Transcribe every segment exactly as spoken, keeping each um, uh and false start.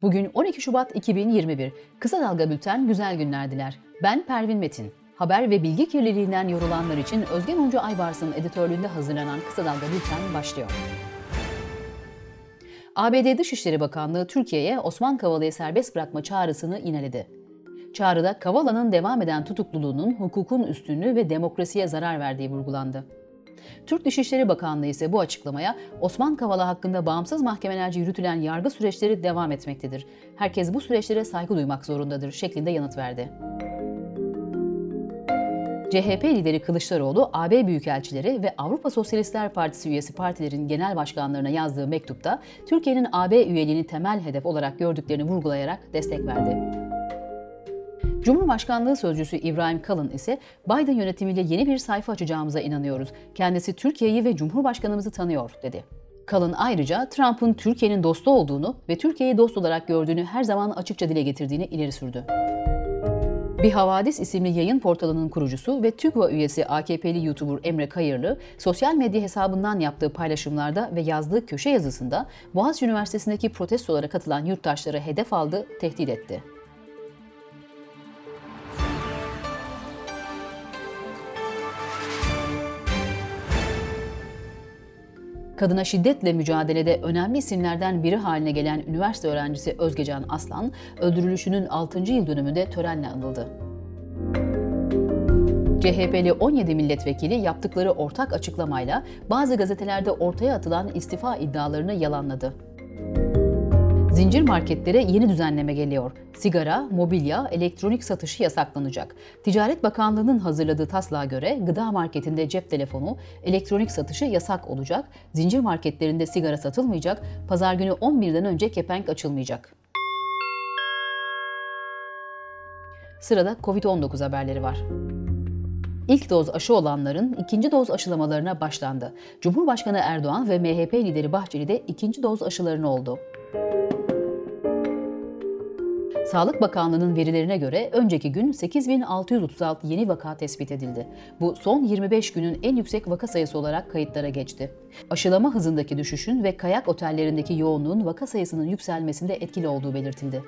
Bugün on iki Şubat iki bin yirmi bir. Kısa Dalga Bülten güzel günler diler. Ben Pervin Metin. Haber ve bilgi kirliliğinden yorulanlar için Özge Mumcu Aybars'ın editörlüğünde hazırlanan Kısa Dalga Bülten başlıyor. A B D Dışişleri Bakanlığı Türkiye'ye Osman Kavala'yı serbest bırakma çağrısını yineledi. Çağrıda Kavala'nın devam eden tutukluluğunun hukukun üstünlüğü ve demokrasiye zarar verdiği vurgulandı. Türk Dışişleri Bakanlığı ise bu açıklamaya Osman Kavala hakkında bağımsız mahkemelerce yürütülen yargı süreçleri devam etmektedir. Herkes bu süreçlere saygı duymak zorundadır şeklinde yanıt verdi. C H P lideri Kılıçdaroğlu, A B Büyükelçileri ve Avrupa Sosyalistler Partisi üyesi partilerin genel başkanlarına yazdığı mektupta Türkiye'nin A B üyeliğini temel hedef olarak gördüklerini vurgulayarak destek verdi. Cumhurbaşkanlığı Sözcüsü İbrahim Kalın ise Biden yönetimiyle yeni bir sayfa açacağımıza inanıyoruz. Kendisi Türkiye'yi ve Cumhurbaşkanımızı tanıyor, dedi. Kalın ayrıca Trump'ın Türkiye'nin dostu olduğunu ve Türkiye'yi dost olarak gördüğünü her zaman açıkça dile getirdiğini ileri sürdü. Bir Havadis isimli yayın portalının kurucusu ve TÜGVA üyesi A K P'li YouTuber Emre Kayırlı, sosyal medya hesabından yaptığı paylaşımlarda ve yazdığı köşe yazısında Boğaziçi Üniversitesi'ndeki protestolara katılan yurttaşları hedef aldı, tehdit etti. Kadına şiddetle mücadelede önemli isimlerden biri haline gelen üniversite öğrencisi Özgecan Aslan, öldürülüşünün altıncı yıl dönümünde törenle anıldı. C H P'li on yedi milletvekili yaptıkları ortak açıklamayla bazı gazetelerde ortaya atılan istifa iddialarını yalanladı. Zincir marketlere yeni düzenleme geliyor. Sigara, mobilya, elektronik satışı yasaklanacak. Ticaret Bakanlığı'nın hazırladığı taslağa göre gıda marketinde cep telefonu, elektronik satışı yasak olacak, zincir marketlerinde sigara satılmayacak, pazar günü on birden önce kepenk açılmayacak. Sırada kovid on dokuz haberleri var. İlk doz aşı olanların ikinci doz aşılamalarına başlandı. Cumhurbaşkanı Erdoğan ve M H P lideri Bahçeli de ikinci doz aşılarını oldu. Sağlık Bakanlığı'nın verilerine göre önceki gün sekiz bin altı yüz otuz altı yeni vaka tespit edildi. Bu son yirmi beş günün en yüksek vaka sayısı olarak kayıtlara geçti. Aşılama hızındaki düşüşün ve kayak otellerindeki yoğunluğun vaka sayısının yükselmesinde etkili olduğu belirtildi.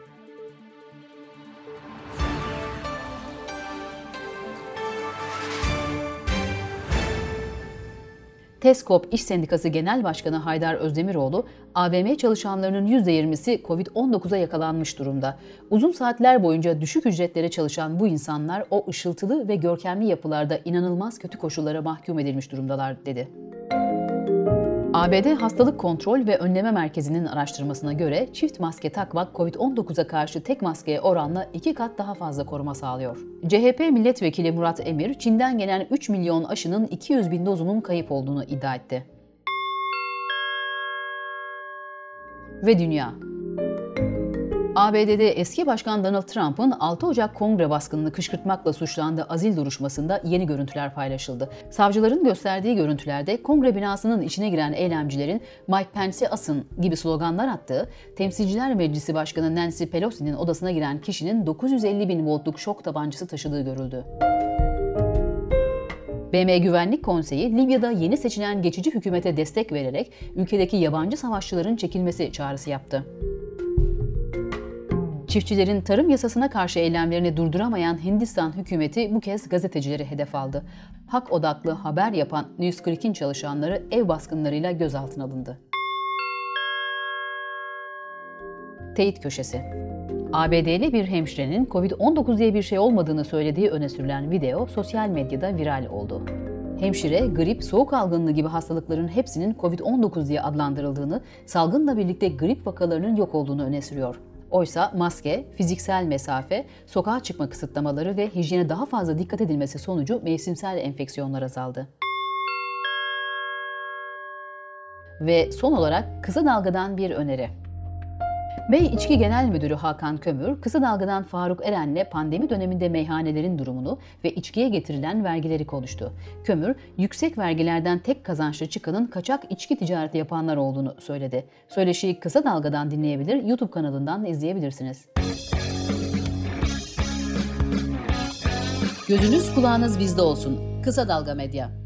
TESKOP İş Sendikası Genel Başkanı Haydar Özdemiroğlu, A V M çalışanlarının yüzde yirmisi kovid on dokuza yakalanmış durumda. Uzun saatler boyunca düşük ücretlere çalışan bu insanlar o ışıltılı ve görkemli yapılarda inanılmaz kötü koşullara mahkum edilmiş durumdalar, dedi. A B D Hastalık Kontrol ve Önleme Merkezi'nin araştırmasına göre çift maske takmak kovid on dokuza karşı tek maskeye oranla iki kat daha fazla koruma sağlıyor. C H P Milletvekili Murat Emir, Çin'den gelen üç milyon aşının iki yüz bin dozunun kayıp olduğunu iddia etti. Ve dünya. A B D'de eski başkan Donald Trump'ın altı Ocak Kongre baskınını kışkırtmakla suçlandığı azil duruşmasında yeni görüntüler paylaşıldı. Savcıların gösterdiği görüntülerde Kongre binasının içine giren eylemcilerin "Mike Pence'i asın" gibi sloganlar attığı, Temsilciler Meclisi Başkanı Nancy Pelosi'nin odasına giren kişinin dokuz yüz elli bin voltluk şok tabancası taşıdığı görüldü. B M Güvenlik Konseyi, Libya'da yeni seçilen geçici hükümete destek vererek ülkedeki yabancı savaşçıların çekilmesi çağrısı yaptı. Çiftçilerin tarım yasasına karşı eylemlerini durduramayan Hindistan hükümeti bu kez gazetecileri hedef aldı. Hak odaklı haber yapan News kırkın çalışanları ev baskınlarıyla gözaltına alındı. Teyit köşesi. A B D'li bir hemşirenin kovid on dokuz diye bir şey olmadığını söylediği öne sürülen video sosyal medyada viral oldu. Hemşire, grip, soğuk algınlığı gibi hastalıkların hepsinin kovid on dokuz diye adlandırıldığını, salgınla birlikte grip vakalarının yok olduğunu öne sürüyor. Oysa maske, fiziksel mesafe, sokağa çıkma kısıtlamaları ve hijyene daha fazla dikkat edilmesi sonucu mevsimsel enfeksiyonlar azaldı. Ve son olarak Kısa Dalga'dan bir öneri. Bey İçki Genel Müdürü Hakan Kömür, Kısa Dalga'dan Faruk Eren'le pandemi döneminde meyhanelerin durumunu ve içkiye getirilen vergileri konuştu. Kömür, yüksek vergilerden tek kazançlı çıkanın kaçak içki ticareti yapanlar olduğunu söyledi. Söyleşiyi Kısa Dalga'dan dinleyebilir, YouTube kanalından izleyebilirsiniz. Gözünüz kulağınız bizde olsun. Kısa Dalga Medya.